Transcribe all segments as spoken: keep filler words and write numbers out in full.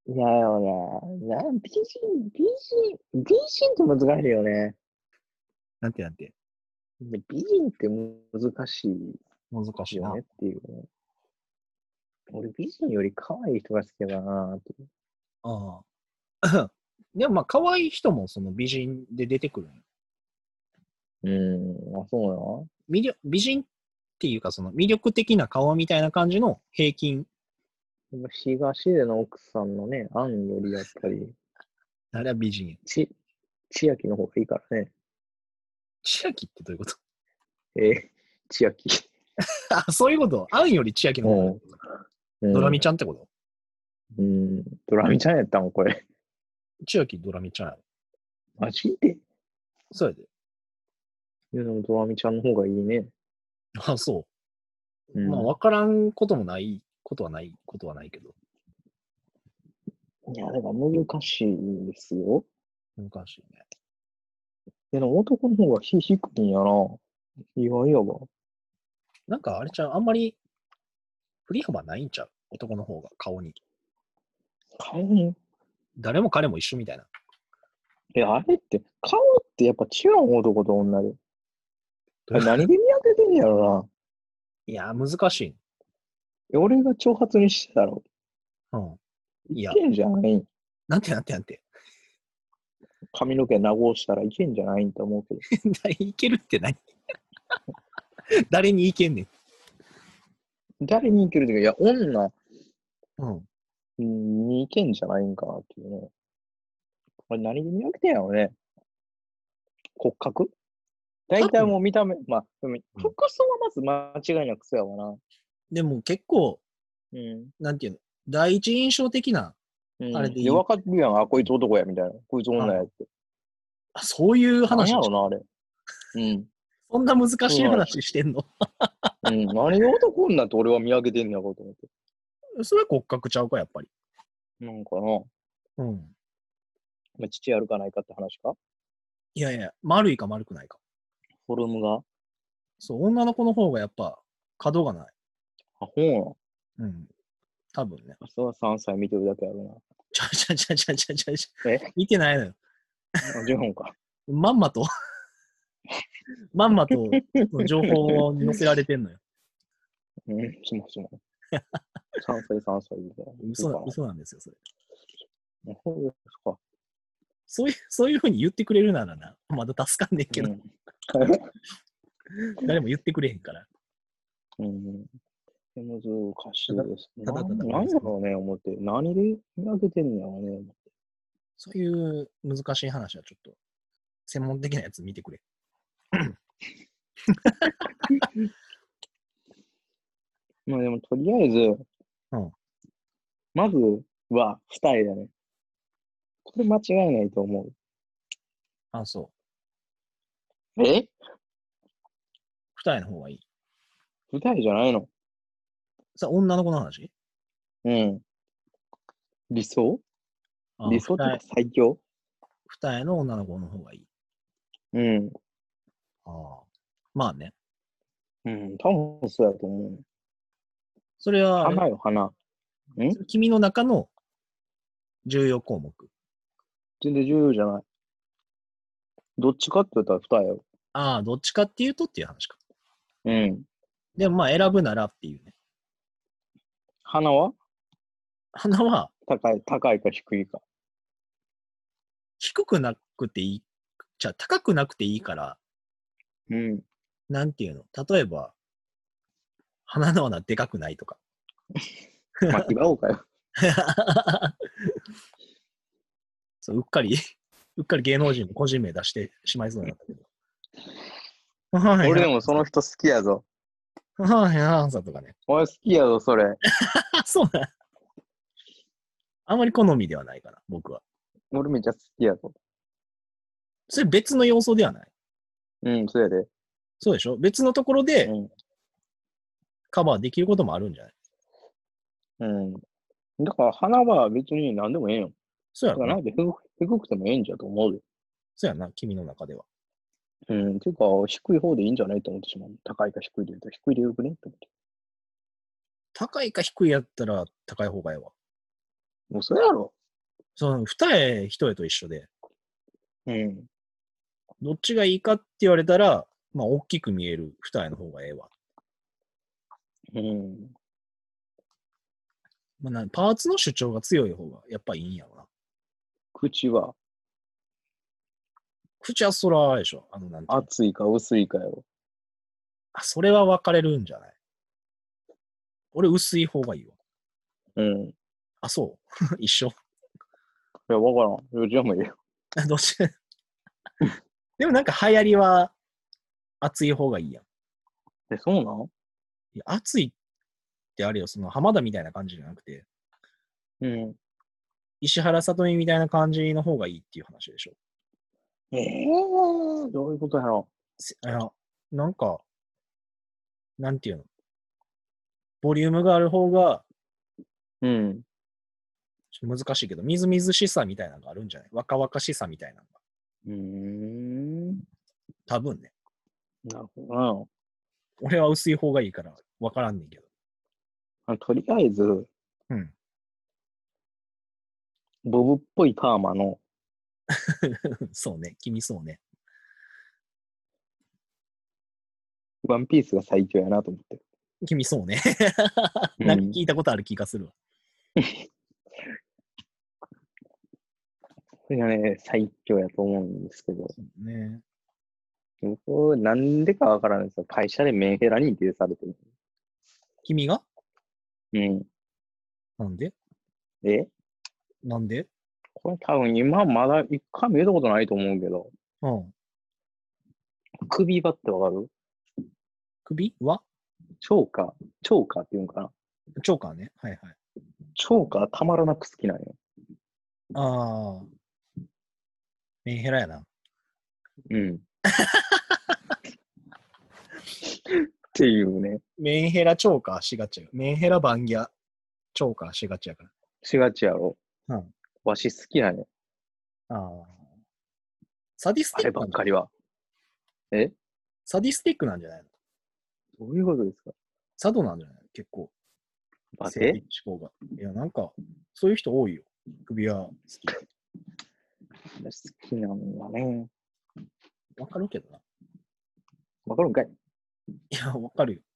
いやよね。な美人、美人、美人って難しいよね。 なんてなんて。 で美人って難し難しいな。 いよねっていうね。俺美人より可愛い人が好きだなって。 ああ。でもまあ、可愛い人もその美人で出てくるんよ。 うーん、あ、そう魅力美人っていうか、その魅力的な顔みたいな感じの平均。 な。東出の奥さんのね、アンよりやっぱり、 あれは美人や。 ち、千秋の方がいいからね。 千秋ってどういうこと？ えー、千秋。 あ、そういうこと。アンより千秋の方がいい。 うん。 ドラミちゃんってこと？ うん。ドラミちゃんやったんこれ。 千秋ドラミちゃんやろ。 マジで？ そうやで。 いや、でもドラミちゃんの方がいいね。 あ、そう。 うん、 まあ、わからんこともないことはないことはないけど。 いや、だから難しいんですよ。 難しいね。 いや、でも男の方が低いんやな。意外やわ。 なんかあれちゃう、あんまり振り幅ないんちゃう、男の方が顔に。 顔に、 誰も彼も一緒みたいな。 え、あれって、顔ってやっぱ違う男と女で。あれ何で見分けてんやろいや、難しい。 な。俺が挑発にしてたら、 うん。いや、 いけんじゃない？ なんてなんてなんて。 髪の毛長したらいけんじゃないんと思うけど。 いけるって何？誰にいけんねん。 誰にいけるっていうか、いや、女うん。 にいけんじゃないんかなっていうね。これ何で見分けてんやろね。骨格大体もう見た目、まあ、でも服装はまず間違いなくそうやわな。 でも結構、 うん。 なんていうの、第一印象的な、 うん。で、 あれで言う。 分かってるやん。あ、こいつ男や、みたいな。こいつ女やって。 あ、そういう話。 なんやろな、あれ。うん。 そんな難しい話してんの？ うん。何が男女って俺は見分けてんねやろと思って。 それは骨格ちゃうか、やっぱり。 なんかな。 うん。 まあ、父あるかないかって話か。 いやいや、丸いか丸くないか。 フォルムが。 そう、女の子の方がやっぱ、角がない。 あ、ほうな。 うん。多分ね。 それはさんさい見てるだけやるな。 ちゃちゃちゃちゃちゃちゃちゃ。 え見てないのよ。 あ、じゅうほんか。 まんまと、まんまと情報に載せられてんのよ。 うん、すますま。さんさい、さんさいで。 嘘な、嘘なんですよ、それ。 そうですか。 そういう、そういうふうに言ってくれるならな、まだ助かんねんけど、 うん。 誰も言ってくれへんから。 うん。難しいただ、 です。 ただただ何やろうね、思って。何で見分けてんのやろうね、思って。 そういう難しい話はちょっと、専門的なやつ見てくれ。 まあでも、とりあえず、 うん。 まずは二重だね。これ間違いないと思う。 あ、そえう。二重の方がいい。 二重じゃないの？ さ、女の子の話？ うん。理想あ、 理想っていうか二重、 最強？ 二重の女の子の方がいい。 うん。 ああ。まあね。 うん。多分そうやと思う。 それはあれ、 花よ、花。ん君の中の重要項目。 全然重要じゃない。どっちかって言ったら二重よ。 ああ、どっちかっていうとっていう話か。 うん。 でもまあ選ぶならっていうね。 花は花は高い、高いか低いか。 低くなくていい。じゃあ高くなくていいから、 うん。 なんていうの、例えば、花の穴でかくないとか。 巻き場をかよ。 そう、うっかり、うっかり芸能人の個人名出してしまいそうになったけど。はい俺はい。 でもその人好きやぞ。 はいはいさとかね。 俺好きやぞ、それ。 あ、そうなん。あまり好みではないかな、僕は。 俺めっちゃ好きやぞ。 それ別の要素ではない。 うん、そうやで。 そうでしょ？別のところでうん。 カバーできることもあるんじゃない？ うん。だから花は別に何でもええよ。 そうやろな。 だからなんで低く低くてもええんじゃと思うよ。 そうやな、君の中では。 うん。ていうか、低い方でいいんじゃないと思ってしまう。高いか低いで言うと、低いでよくねと思って。 高いか低いやったら高い方がええわ。 もうそれやろ。 その二重一重と一緒で、 うん。 どっちがいいかって言われたら、まあ大きく見える二重の方がええわ。 うん。 まあ、なパーツの主張が強い方がやっぱいいんやろな。 口は口はそらでしょ。あの、なんていうの。 厚いか薄いかよ。 あ、それは分かれるんじゃない？俺薄い方がいいわ。 うん。いあ、そう一緒。 や、わからん。どっちでもいいよ。 どっちでもなんか流行りは厚い方がいいやん。 え、そうなん？ いや厚いってあれよ、その浜田みたいな感じじゃなくて、 うん。 石原さとみみたいな感じの方がいいっていう話でしょ。 ええー、どういうことやろせいや、なんか、なんていうの。ボリュームがある方が、 う。うん。 ちょっと難しいけど、みずみずしさみたいなのがあるんじゃない？若々しさみたいなのが。 うーん。 多分ね。 なるほど俺は薄い方がいいから分からんねんけど。 な。とりあえず、 うん。 ボブっぽいパーマのそうね。君そうね。 ワンピースが最強やなと思ってる。 君そうね。 うんなんか聞いたことある気がするわ。 これがね、最強やと思うんですけど、 ね。 僕、なんでかわからないんですよ。会社でメンヘラ認定されてる。 君がうん。 なんでえなんでこれ多分今まだ一回も見たことないと思うけど、 うん。 首輪ってわかる？ 首はチョーカー。チョーカーって言うんかな？ チョーカーね。はいはい。 チョーカーたまらなく好きなんよ。 ああ。メンヘラやな。 うん。っていうね。 メンヘラチョーカーしがちや。メンヘラバンギャチョーカーしがちやかしがちやろ。 ら。うん。 わし好きなんよ。 ああ。サディスあれティックなんじゃない？ ばっかりは。えサディスティックなんじゃないの？ どういうことですか？ サドなんじゃないの？結構。 バ性的テ思考が。いや、なんか、そういう人多いよ。首輪好き。 私好きなんだね。 わかるけどな。 わかるんかい？ いや、わかるよ。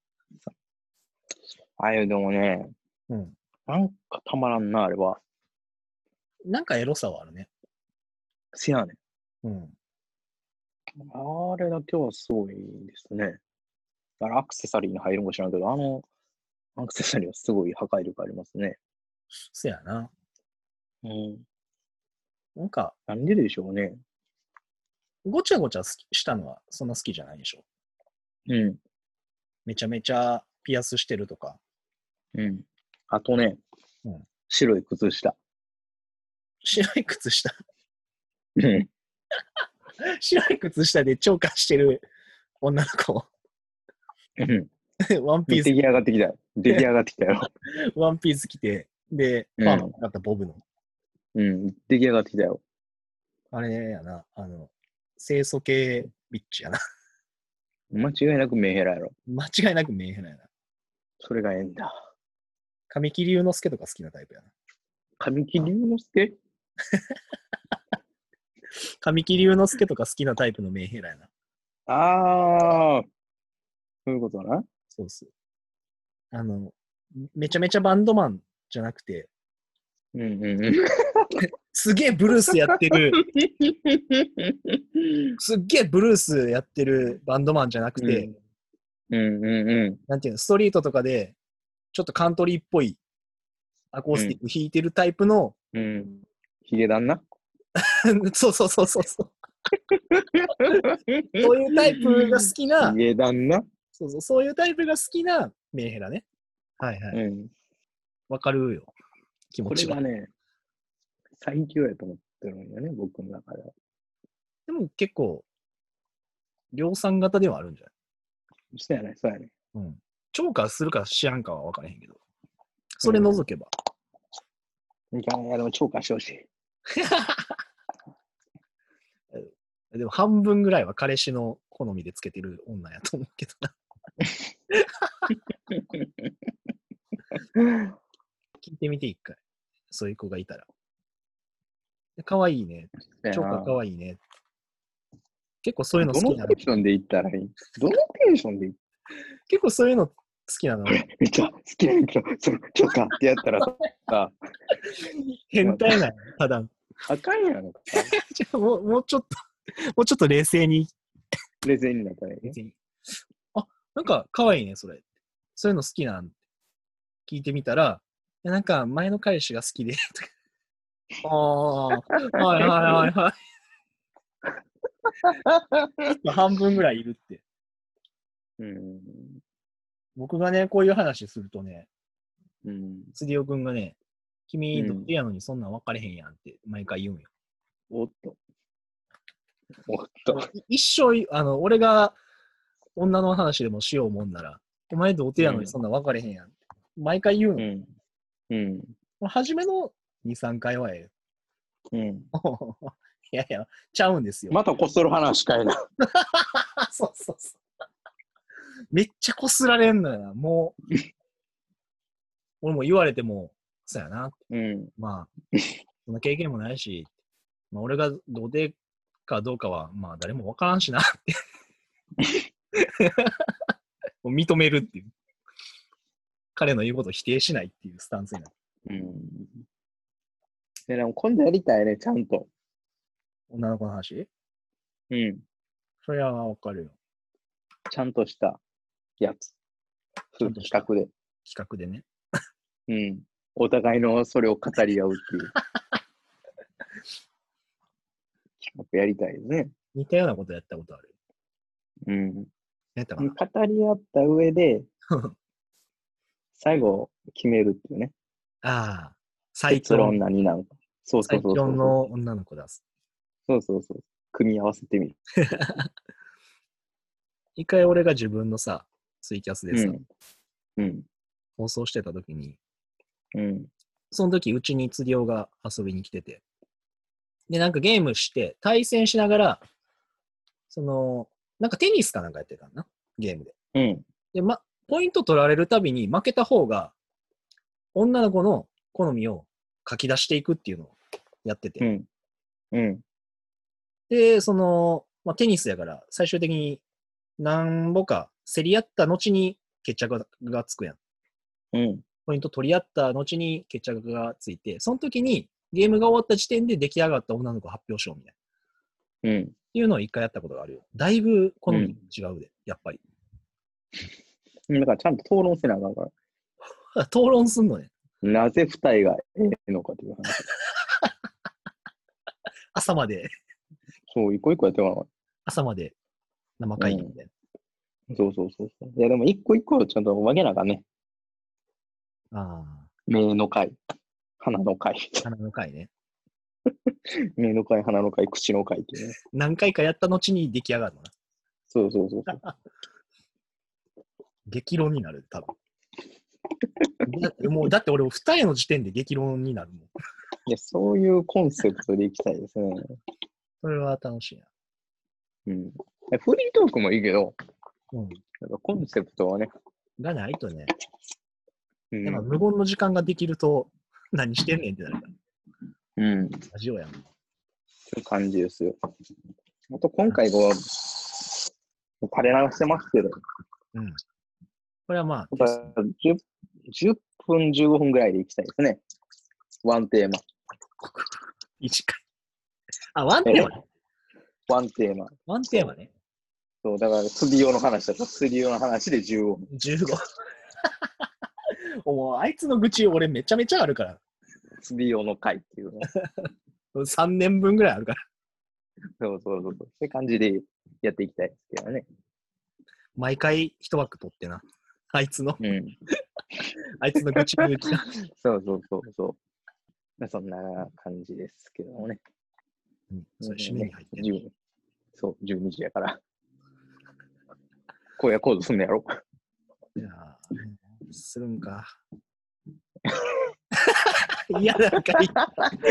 ああいうでもね、 うん。 なんかたまらんな、あれは。 なんかエロさはあるね。 せやねん。 うん。 あれだけはすごいですね。だからアクセサリーに入るんか知らんけど、あのアクセサリーはすごい破壊力ありますね。 そやな。 うん。 なんか、 なんででしょうね。 ごちゃごちゃ好きしたのはそんな好きじゃないでしょ。 うん。 めちゃめちゃピアスしてるとか。 うん。あとね、 うん。 白い靴下。 白い靴下。 うん。 白い靴下でチョーカーしてる女の子。 うんワンピース、 出来上がってきたよ。出来上がってきたよ。 ワンピース着て、で、 うんパーマかかったボブの。 うん。出来上がってきたよ。 あれやな、あの、清楚系ビッチやな。 間違いなくメンヘラやろ。 間違いなくメンヘラやな。 それがええんだ。 神木隆之介とか好きなタイプやな。 神木隆之介？ 神木隆之介とか好きなタイプのメンヘラやな。 ああ、そういうことな。 そうそう。あの、めちゃめちゃバンドマンじゃなくて、 うんうんうん。 すげえブルースやってる、すっげえブルースやってるバンドマンじゃなくて、 うんうんうなんていうの、ストリートとかで、ちょっとカントリーっぽいアコースティック弾いてるタイプの、 ん。うん。ヒゲダンな。 そうそうそうそうそう。そういうタイプが好きなヒ、ゲダンな。 そうそう、そういうタイプが好きなメンヘラね。はいはい。 うん。 わかるよ。気持ちは。 これがね、最強やと思ってるんよね、僕の中では。 でも結構、量産型ではあるんじゃない？ そうやね、そうやね。 うん。チョーカーするか知らんかは分からへんけど。それ除けば。 いや、いやでも超過してほしい。 でも半分ぐらいは彼氏の好みでつけてる女やと思うけどな。聞いてみて一回。そういう子がいたら。 かわいいね。超かかわいいね。結構そういうの好どのきなの。 テンションで言ったらいいどのテンションで言っ結構そういうの好きなの。 めっちゃ好きなんだけど、その、ちょかってやったらさ、 変態なの。ただ、 あかんやろ。 じゃあもう、もうちょっと、もうちょっと冷静に。 冷静になったらいいね。 冷静に。あ、なんかかわいいね、それ。そういうの好きなん聞いてみたら、いやなんか前の彼氏が好きで、ああ、はいはいはいはい。半分ぐらいいるって。 うん。 僕がね、こういう話するとね、 うん。 杉尾くんがね、君、 うんどっちやのにそんなん分かれへんやんって毎回言うんよ。 おっと。おっと。 一生、あの、俺が女の話でもしようもんなら、お前童貞やのにそんなん分かれへんやんって。毎回言うの。 うん。うん。 初めのに、さんかいはえうん。 え。いやいや、ちゃうんですよ。 またこする話かいな。 そうそうそう。めっちゃこすられんのよな。もう、俺も言われても、そうやな。 うん。 まあ、そんな経験もないし、まあ、俺が童貞かどうかは、まあ、誰もわからんしなってもう認めるっていう。彼の言うことを否定しないっていうスタンスになる。 うん。で、でも今度やりたいね、ちゃんと。 女の子の話うん。 それはわかるよ。 ちゃんとしたやつ。 ちゃんとした企画で。 企画でね。 うん。お互いのそれを語り合うっていう。企画やりたいですね。 似たようなことやったことある。 うん。 やったかな。 語り合った上で、最後決めるっていうね。 ああ、最結強論何なのか。そうそう最強そうそう。 の女の子出す。 そうそうそう。組み合わせてみる。 一回俺が自分のさ、ツイキャスでさ、 うん。うん。 放送してた時に、 うん。 その時うちに釣り男が遊びに来てて、で、なんかゲームして、対戦しながら、その、なんかテニスかなんかやってたんだな、ゲームで。 うん。 で、ま、ポイント取られるたびに負けた方が、女の子の好みを書き出していくっていうのをやってて。 うん。うん。 で、その、まあ、テニスやから、最終的に何ぼか競り合った後に決着がつくやん。 うん。 ポイント取り合った後に決着がついて、その時にゲームが終わった時点で出来上がった女の子を発表しようみたいな。 うん。 っていうのを一回やったことがあるよ。だいぶ好み違うで、やっぱり。 だからちゃんと討論せなあかんから。 討論すんのね。 なぜ二重がええのかという話。 朝まで、 そう、一個一個やってもらわ朝まで生会議みたいな。そうそうそうそう。いや、でも一個一個ちゃんと分けなあかんね。 な。ああ、 目の回、鼻の回。 花の会ね。 目の回、鼻の回、口の回っていうね。 何回かやった後に出来上がるのな。 そうそうそうそう。 激論になる、多分。だもうだって俺、二重の時点で激論になるもん。 いや、そういうコンセプトでいきたいですね。 それは楽しいな。 うん。フリートークもいいけど、 うん。 やっぱコンセプトはね。 がないとね、 うん。 やっぱ無言の時間ができると、何してんねんってなるから。 うん。 ラジオやん。 そういう感じですよ。あと今回こう、垂れ流してますけど、 うん。これはまあ、 やっぱ 10, じゅっぷん、じゅうごふんぐらいでいきたいですね。ワンテーマ。 短い。あ、ワンテーマね。 ワンテーマ。 ワンテーマね。 そう、だから釣り用の話だと釣り用の話でじゅうごふん。 じゅうご。もう、あいつの愚痴俺めちゃめちゃあるから。 釣り用の回っていうね。 さんねんぶんぐらいあるから。 そうそうそうそう。そういう感じでやっていきたいですけどね。 毎回一枠取ってな。あいつの、 うん。 あいつの愚痴の愚痴が。 そうそうそうそう。そんな感じですけどもね。 うん、それ締めに入ってる、 ね。そう、じゅうにじやから。荒野行動すんのやろ。 いやー、するんか。いや、なんかいい。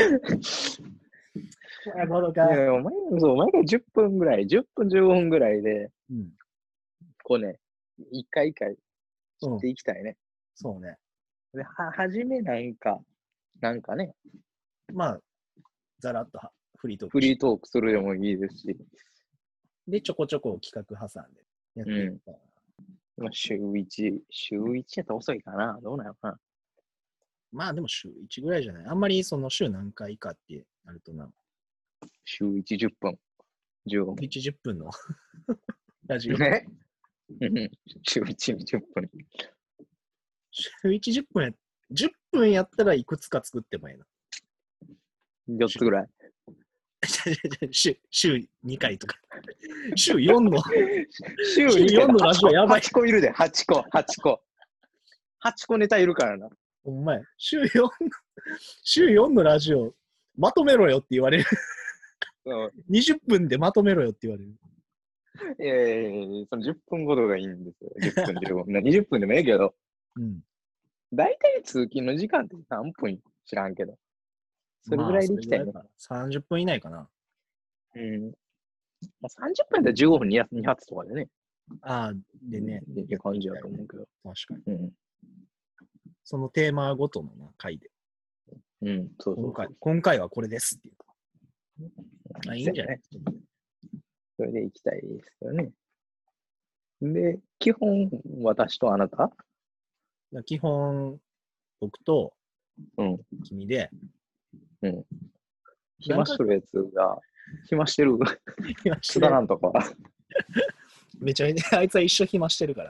荒野行動か。 いや、お前、そう、毎回じゅっぷんぐらい、じゅっぷん、じゅうごふんぐらいで、 うん、 こうね、一回一回切っていきたいね。 うん、そうね。 で、は、はじめなんか、なんかね。 まあ、 ざらっとはフリートークフリートークするでもいいですし。 で、ちょこちょこ企画挟んでやっていくから。 まあ、週いち、週いちやったら遅いかな。どうなのかな。 まあでも週いちぐらいじゃない。あんまりその週何回かってなるとな。 週いち、じゅっぷん。じゅうごふん。 いち、じゅっぷんのラジオ。 ね。週いち、じゅっぷん。 週いち、じゅっぷんや、じゅっぷんやったらいくつか作ってもええな。 よっつぐらい。 週、週にかいとか。週よんの。 週よんのラジオやばい。 はちこいるで、はちこ、はちこ。はちこネタいるからな。 お前、週よん、週よんのラジオ、まとめろよって言われる。にじゅっぷんでまとめろよって言われる。 いやいやいや、そのじゅっぷんごとがいいんですよ。じゅっぷん、じゅうごふん。にじゅっぷんでもええけど、 うん。 だいたい通勤の時間って何分知らんけど。それぐらいでいきたいね。 まあ、さんじゅっぷん以内かな。 うん。まあ、さんじゅっぷんだったらじゅうごふんに発とかでね。 ああ、でね。 いい感じだと思うけど。 確かに。 うん。そのテーマごとのな回で。 うん、そうそうそう今回。今回はこれですっていう。あ、いいんじゃない？ それで行きたいですよね。で、基本、私とあなた基本、僕とうん。 君で。 うん。暇してるやつが、暇してる。 暇してくだらんとか。 めちゃめちゃ、あいつは一生暇してるから。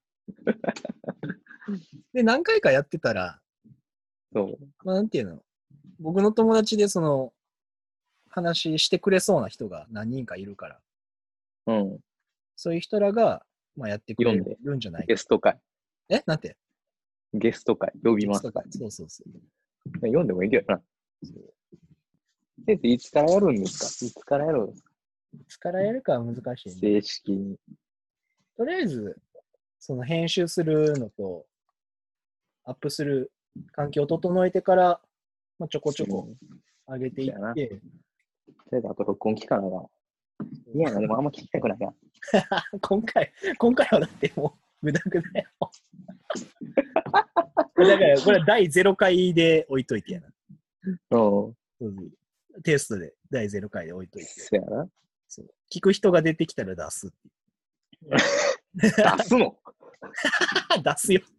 で、何回かやってたら、 そう。 まあ、なんていうの、僕の友達でその、話してくれそうな人が何人かいるから、 うん。 そういう人らが、まあ、やってくれるんじゃないか。 ゲスト会。 えなんてゲスト会。呼びますか。 そうそうそう。 読んでもいいけどな。先生、いつからやるんですかいつからやるんですかいつからやるかは難しい、ね。 正式に。 とりあえず、その編集するのと、アップする環境を整えてから、まあ、ちょこちょこ上げていって。とりあえずあと録音聞かなが。いや、でもあんま聞きたくないな。 今回、今回はだってもう、ぐだぐだよ。だから、これはだいゼロかいで置いといてやな。 うん。 テストでだいゼロかいで置いといて。 そうやな。 そう聞く人が出てきたら出す。 出すの出すよ。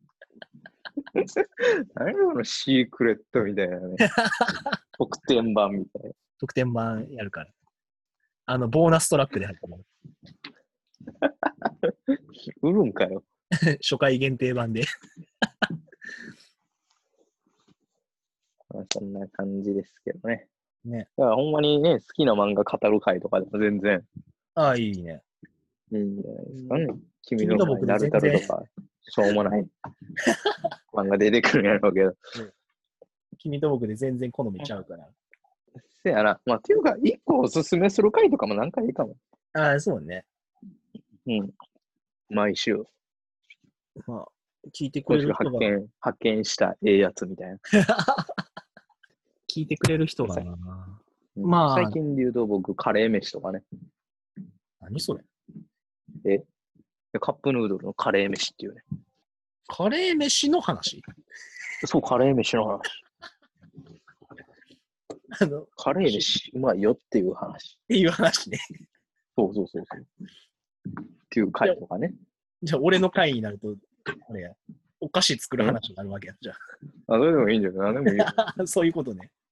何このシークレットみたいなね。特典版みたいな。 特典版やるから。あの、ボーナストラックで入ってる。売るんかよ。 初回限定版で。 まあ、そんな感じですけどね。 ね。 だからほんまにね、好きな漫画語る回とかでも全然。 ああ、いいね。 いいんじゃないですかね。君の前にナルタルとか、しょうもない漫画出てくるんやろうけど。 君と僕で全然好みちゃうから。 せやな。まあ、っていうか、一個おすすめする回とかもなんかいいかも。 ああ、そうね。 うん。毎週。 まあ、聞いてくれる人が。 発見、発見したええやつみたいな。 聞いてくれる人がな。 まあ、最近で言うと僕、カレー飯とかね。 何それ？ えカップヌードルのカレー飯っていうね。 カレー飯の話？ そう、カレー飯の話。 あのカレー飯うまいよっていう話。 っていう話ね。 そうそうそうそう。っていう回とかね。 じゃあ、俺の回になると、あれや、お菓子作る話になるわけや。じゃあ。あ、それでもいいんじゃない？何でもいいよ。 そういうことね。